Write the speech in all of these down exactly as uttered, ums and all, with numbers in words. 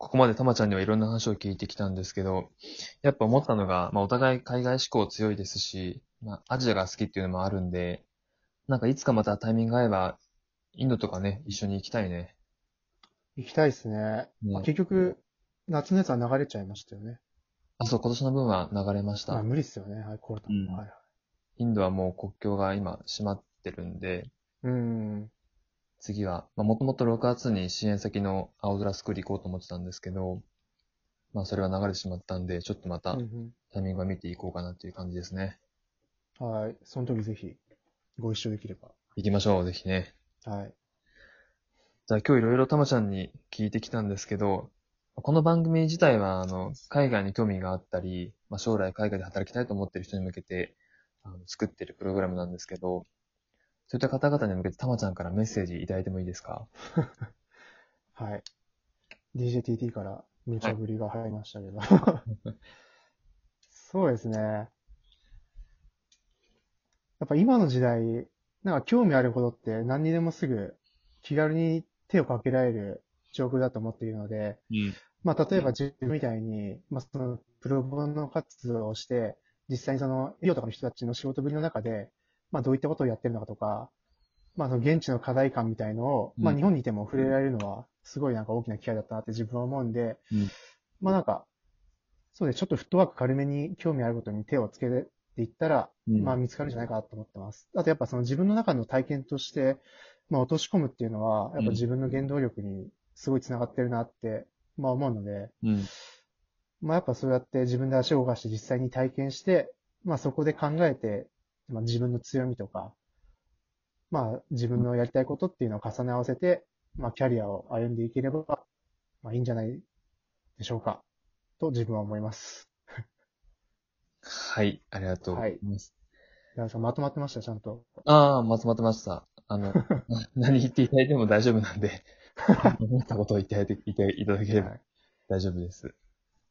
ここまでたまちゃんにはいろんな話を聞いてきたんですけど、やっぱ思ったのが、まあお互い海外志向強いですし、まあアジアが好きっていうのもあるんで、なんかいつかまたタイミング合えば、インドとかね、一緒に行きたいね。 行きたいですね。あ、 ね。 結局、夏のやつは流れちゃいましたよね。 あ、そう、今年の分は流れましまあた。 無理っすよね。はい、コロナも。 うん。 はいはい。 インドはもう国境が今閉まってるんで、 うーん。 次は、まあもともとろくがつに支援先の青空スクール行こうと思ってたんですけど、まあそれは流れてしまったんで、ちょっとまたうんタイミングを見ていこうかなっていう感じですね。 うん。はい。その時ぜひ、ご一緒できれば。 行きましょう、ぜひね。 はい。 じゃあ今日いろいろたまちゃんに聞いてきたんですけど、この番組自体は、あの、海外に興味があったり、まあ、将来海外で働きたいと思っている人に向けて、あの、作っているプログラムなんですけど、そういった方々に向けてたまちゃんからメッセージいただいてもいいですか？ はい。ディージェーティーティー から無はい。 茶ぶりが入りましたけど。そうですね。やっぱ今の時代、なんか興味あることって何にでもすぐ気軽に手をかけられる状況だと思っているので、 うん。 まあ例えば自分みたいに、まあそのプロボノ活動をして、実際にその医療とかの人たちの仕事ぶりの中で、まあどういったことをやってるのかとか、まあその現地の課題感みたいのを、 うん。 まあ日本にいても触れられるのはすごいなんか大きな機会だったなって自分は思うんで、 うん。 まあなんかそうです。ちょっとフットワーク軽めに興味あることに手をつけていったら、 うん。 まあ見つかるんじゃないかなと思ってます。あとやっぱその自分の中の体験として、まあ落とし込むっていうのは、やっぱうん。 自分の原動力にすごい繋がってるなって、まあ思うので、 うん。 まあやっぱそうやって自分で足を動かして実際に体験して、まあそこで考えて、まあ自分の強みとか、まあ自分のやりたいことっていうのを重ね合わせて、まあキャリアを歩んでいければ、まあいいんじゃないでしょうか、と自分は思います。 はい、ありがとうござはい。 います。 いや、まとまってました、ちゃんと。 ああ、まとまってました。あの、な何言っていただいても大丈夫なんで、思ったことを言っていただいていたいただければはい。 大丈夫です。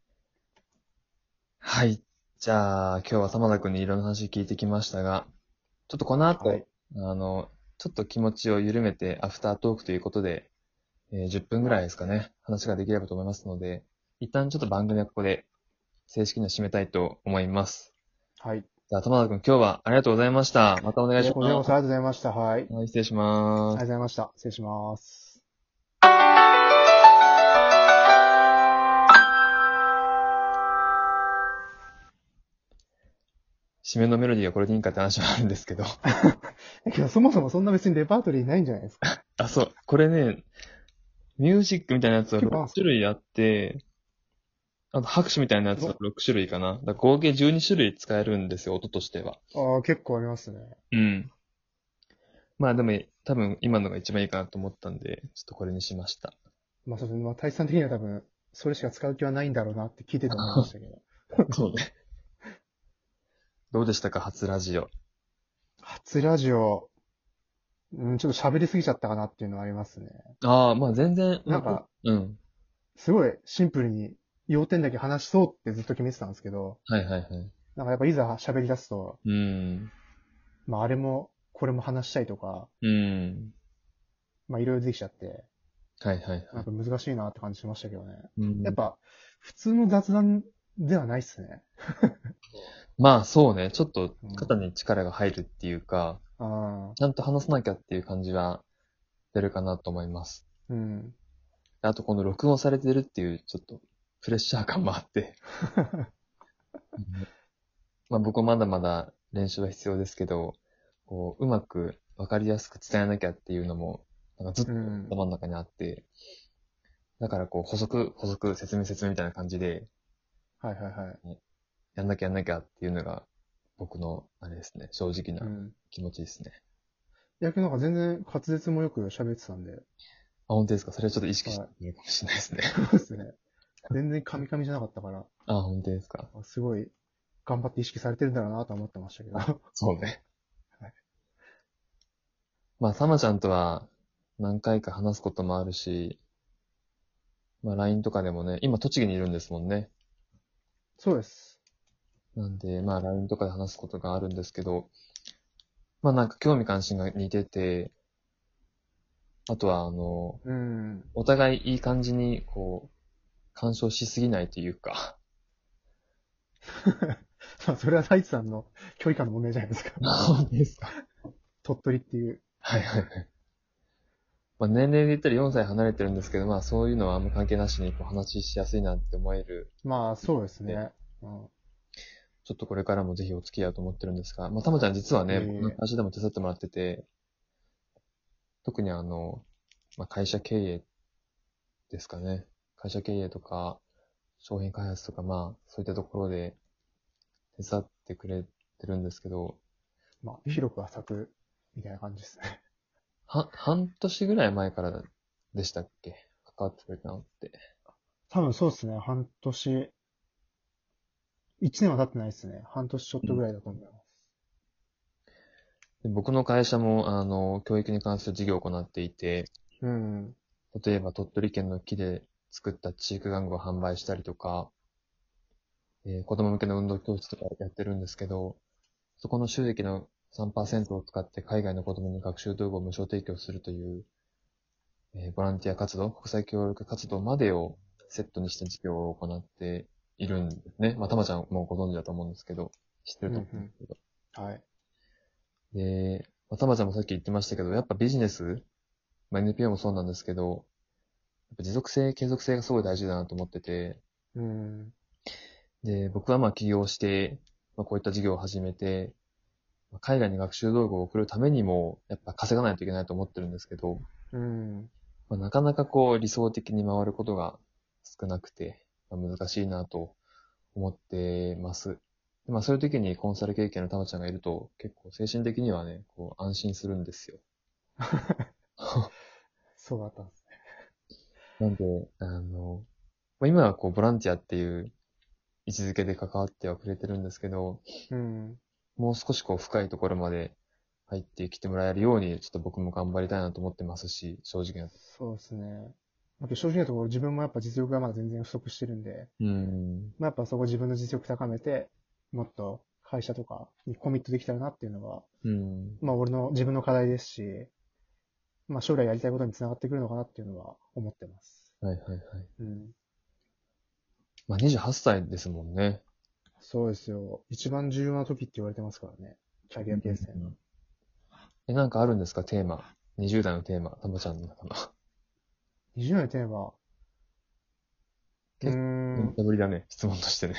はい。じゃあ、今日は玉田くんにいろんな話聞いてきましたが、ちょっとこの後、 はい。 あの、ちょっと気持ちを緩めてアフタートークということで、えーじゅっぷんぐらいですかね、話ができればと思いますので、一旦ちょっと番組はここで正式には締めたいと思います。 はい。 じゃあ、玉田くん今日はありがとうございました。またお願いいや、 しまこちらこそありがとうございました。はい。ありす。はい、失礼しまがとうごす。 ざいました。失礼します。 締めのメロディーがこれでいいんかって話はあるんですけど。 だけど、そもそもそんな別にレパートリーないんじゃないですか。 あ、そう。これね、ミュージックみたいなやつは6 結構あるんですか？ 種類あって、あと拍手みたいなやつはすごろく種類かな。だから合計じゅうに種類使えるんですよ、音としては。 ああ、結構ありますね。 うん。まあでも、多分今のが一番いいかなと思ったんで、ちょっとこれにしました。 まあそうですね。まあ、大さん的には多分、それしか使う気はないんだろうなって聞いてて思いましたけど。 そうね。どうでしたか、初ラジオ。 初ラジオ、うん、ちょっと喋りすぎちゃったかなっていうのはありますね。 ああ、まあ全然、うん、 なんか、 うん。 すごいシンプルに要点だけ話しそうってずっと決めてたんですけど、 はいはいはい。 なんかやっぱいざ喋り出すと、 うん。 まああれも、これも話したいとか、 うん。 まあいろいろできちゃって、 はいはいはい。 なんか難しいなって感じしましたけどね。 うん。 やっぱ、普通の雑談ではないっすね。 まあそうね、ちょっとうん。 肩に力が入るっていうか、 ああ、 ちゃんと話さなきゃっていう感じは出るかなと思います。 うん。 あとこの録音されてるっていうちょっとプレッシャー感もあって、うんまあ僕はまだまだ練習は必要ですけど、こう、うまくわかりやすく伝えなきゃっていうのも、なんかずっとうん。 頭の中にあって、だからこう補足、補足、説明説明みたいな感じで、 はいはいはい。 ねやんなきゃやんなきゃっていうのが僕の、あれですね、正直なうん。 気持ちですね。 いや、けどなんか全然滑舌もよく喋ってたんで、 あ、本当ですか？それはちょっと意識しはい。 てるかもしれないですね。 そうですね。全然カミカミじゃなかったから、 あ、本当ですか？ あすごい頑張って意識されてるんだろうなとは思ってましたけど。 あ、 はそうね。 い。 まあ、さまちゃんとは何回か話すこともあるし、まあ、ライン とかでもね、今栃木にいるんですもんね。 そうです。 なんで、まあ、ライン とかで話すことがあるんですけど、まあ、なんか興味関心が似てて、あとは、あの、 うん。 お互いいい感じに、こう、 干渉しすぎないというか。 まあ、それは大地さんの距離感の問題じゃないですか。 本当ですか。 鳥取っていう。 はいはいはい。まあ、年齢で言ったらよんさい離れてるんですけど、まあそういうのはあんま関係なしにこう話しやすいなって思えるまあ、そうですで、 ね。うん。 ちょっとこれからもぜひお付き合いと思ってるんですが、まあたまちゃん実はね、僕のええ会社でも手伝ってもらってて、特にあの、まあ会社経営ですかね。会社経営とか、商品開発とか、まあそういったところで手伝ってくれてるんですけど、 まあ、広く浅く、みたいな感じですね。 は、半年ぐらい前からでしたっけ、関わってくれたのって。 多分そうですね。半年、一年は経ってないですね。半年ちょっとぐらいだと思います。 で僕の会社も、あの、教育に関する事業を行っていて、 うん。 例えば鳥取県の木で作った知育玩具を販売したりとか、えー子供向けの運動教室とかやってるんですけど、そこの収益のさんパーセントを使って海外の子供に学習道具を無償提供するという、えーボランティア活動、国際協力活動までをセットにした事業を行っているんですね。まあ、たまちゃんもご存知だと思うんですけど、知ってると思うんでうんすけど。 うん。はい。 で、まあ、たまちゃんもさっき言ってましたけど、やっぱビジネス、まあ、エヌピーオー もそうなんですけど、やっぱ持続性、継続性がすごい大事だなと思ってて、 うん。 で、僕はまあ起業して、まあ、こういった事業を始めて、まあ海外に学習道具を送るためにも、やっぱ稼がないといけないと思ってるんですけど、 うん。 まあ、なかなかこう理想的に回ることが少なくて、まあ、難しいなと思ってます。でまあそういう時にコンサル経験のたまちゃんがいると、結構精神的にはね、こう安心するんですよ。 そうだったんですね。 なんで、あの、まあ、今はこうボランティアっていう位置づけで関わってはくれてるんですけど、 うん。 もう少しこう深いところまで入ってきてもらえるように、ちょっと僕も頑張りたいなと思ってますし、正直なと。 そうですね。まあ正直なところ自分もやっぱ実力がまだ全然不足してるんで、 うん。 まあやっぱそこ自分の実力高めて、もっと会社とかにコミットできたらなっていうのが、 うん。 まあ俺の自分の課題ですし、まあ将来やりたいことにつながってくるのかなっていうのは思ってます。 はいはいはい。 うん。 まあにじゅうはっさいですもんね。 そうですよ。一番重要な時って言われてますからね。キャリア形成の。 え、なんかあるんですかテーマ。にじゅう代のテーマ、たまちゃんの中の。 にじゅう代のテーマ。うー結構、無ん。 茶ぶりだね。質問としてね。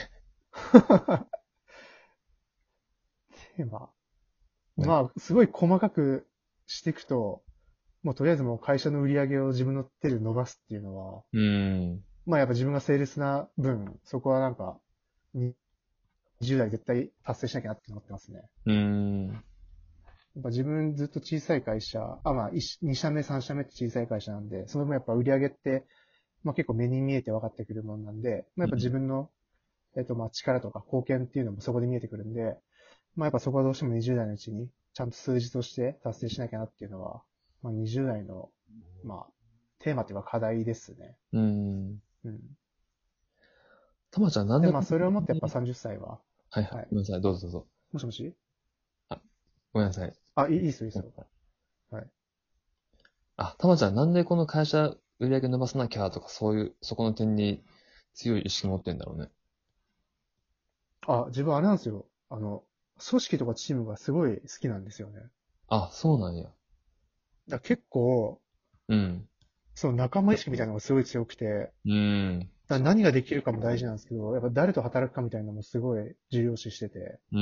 テーマ。 なんかまあ、すごい細かくしていくと、もうとりあえずもう会社の売り上げを自分の手で伸ばすっていうのは、 うーん。 まあやっぱ自分がセールスな分、そこはなんか、にじゅう代絶対達成しなきゃなって思ってますね。 うーん。 やっぱ自分ずっと小さい会社、あ、まあ、に社目、さん社目って小さい会社なんで、その分やっぱ売り上げって、まあ結構目に見えて分かってくるものなんで、まあやっぱ自分の、えっとまあ力とか貢献っていうのもそこで見えてくるんで、まあやっぱそこはどうしてもにじゅう代のうちに、ちゃんと数字として達成しなきゃなっていうのは、まあにじゅう代の、まあ、テーマっていうか課題ですね。 うーん。 うん。 たまちゃんなんで、 で、 まあそれをもってやっぱさんじゅっさいは、 はいはい。 はい。 ごめんなさい。どうぞどうぞ。 もしもしあ、ごめんなさい。 あ、いいいいっすよ、いいっすよ。はい。 あ、たまちゃんなんでこの会社売り上げ伸ばさなきゃとか、そういう、そこの点に強い意識持ってんだろうね。 あ、自分あれなんですよ。あの、組織とかチームがすごい好きなんですよね。 あ、そうなんや。 だから結構、 うん。 その仲間意識みたいなのがすごい強くて、 うーん。 だから何ができるかも大事なんですけど、やっぱ誰と働くかみたいなのもすごい重要視してて、 うん。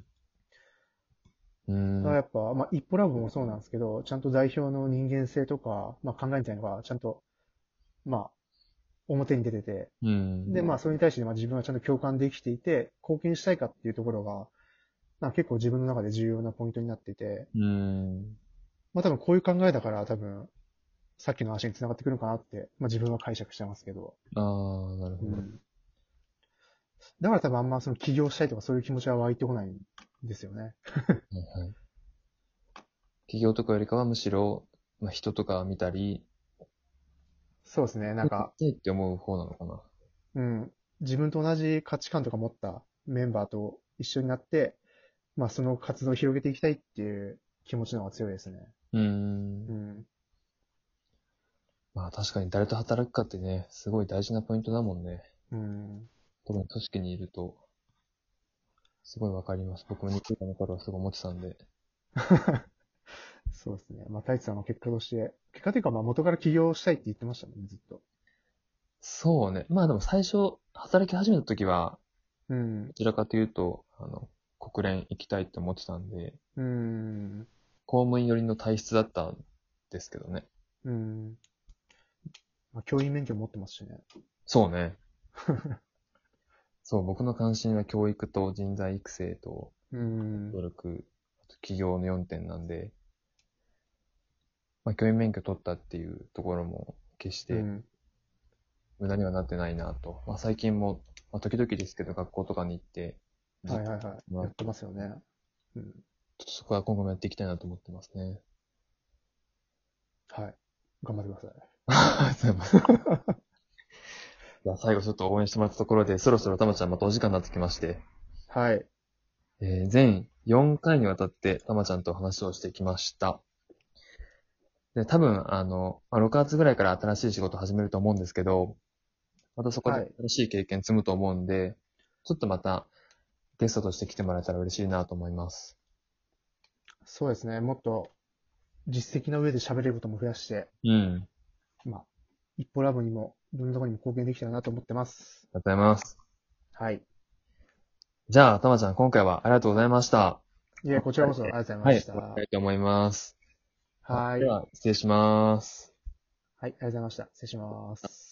うーん。 だからやっぱ、まあ、一歩ラボもそうなんですけど、ちゃんと代表の人間性とか、まあ、考えみたいなのが、ちゃんと、まあ、表に出てて、 うん。 で、まあ、それに対してまあ自分はちゃんと共感できていて、貢献したいかっていうところが、まあ、結構自分の中で重要なポイントになっていて、 うーん。 まあ、多分こういう考えだから、多分、さっきの話に繋がってくるのかなって、まあ、自分は解釈してますけど、 ああ、なるほど。 うん。だから多分あんまその起業したいとかそういう気持ちは湧いてこないんですよね。 はいはい。企業とかよりかはむしろ、まあ、人とか見たり、 そうですね。なんか、 したいって思う方なのかな。 うん。自分と同じ価値観とか持ったメンバーと一緒になって、まあその活動を広げていきたいっていう気持ちの方が強いですね。 うーん。 うん。 まあ確かに誰と働くかってね、すごい大事なポイントだもんね。 うん。 特に組織にいると、すごいわかります。僕もにきゅうかの頃はすごい思ってたんで。 そうですね。まあ、太一さんの結果として、結果というか、まあ、元から起業したいって言ってましたもんね、ずっと。 そうね。まあでも最初、働き始めた時は、 うん。 どちらかというと、あの、国連行きたいって思ってたんで、 うん。 公務員寄りの体質だったんですけどね。 うん。まあ、教員免許持ってますしね。 そうね。そう、僕の関心は教育と人材育成とうん。 努力、あと企業のよんてんなんで、まあ、教員免許取ったっていうところも決してうん。 無駄にはなってないなと。まあ、最近も、まあ、時々ですけど学校とかに行って、実はいはいはい。 もらって、 やってますよね。うん。 ちょっとそこは今後もやっていきたいなと思ってますね。 はい。頑張ってください。 ありがとうございます。じゃあ最後ちょっと応援してもらったところで、そろそろたまちゃんまたお時間になってきまして、 はい。 えー、全よんかいにわたってたまちゃんと話をしてきました。で、多分、あの、まあ、ろくがつぐらいから新しい仕事を始めると思うんですけど、またそこではい。 新しい経験積むと思うんで、ちょっとまたゲストとして来てもらえたら嬉しいなと思います。 そうですね。もっと実績の上で喋れることも増やして、 うん。 まあ、一歩ラボにも、いろんなところにも貢献できたらなと思ってます。 ありがとうございます。 はい。 じゃあ、たまちゃん、今回はありがとうございました。 いえ、こちらこそありがとうございまはい、 した。 終わりたいと思います。あはい。 では、失礼します。 はい、ありがとうございました。失礼します。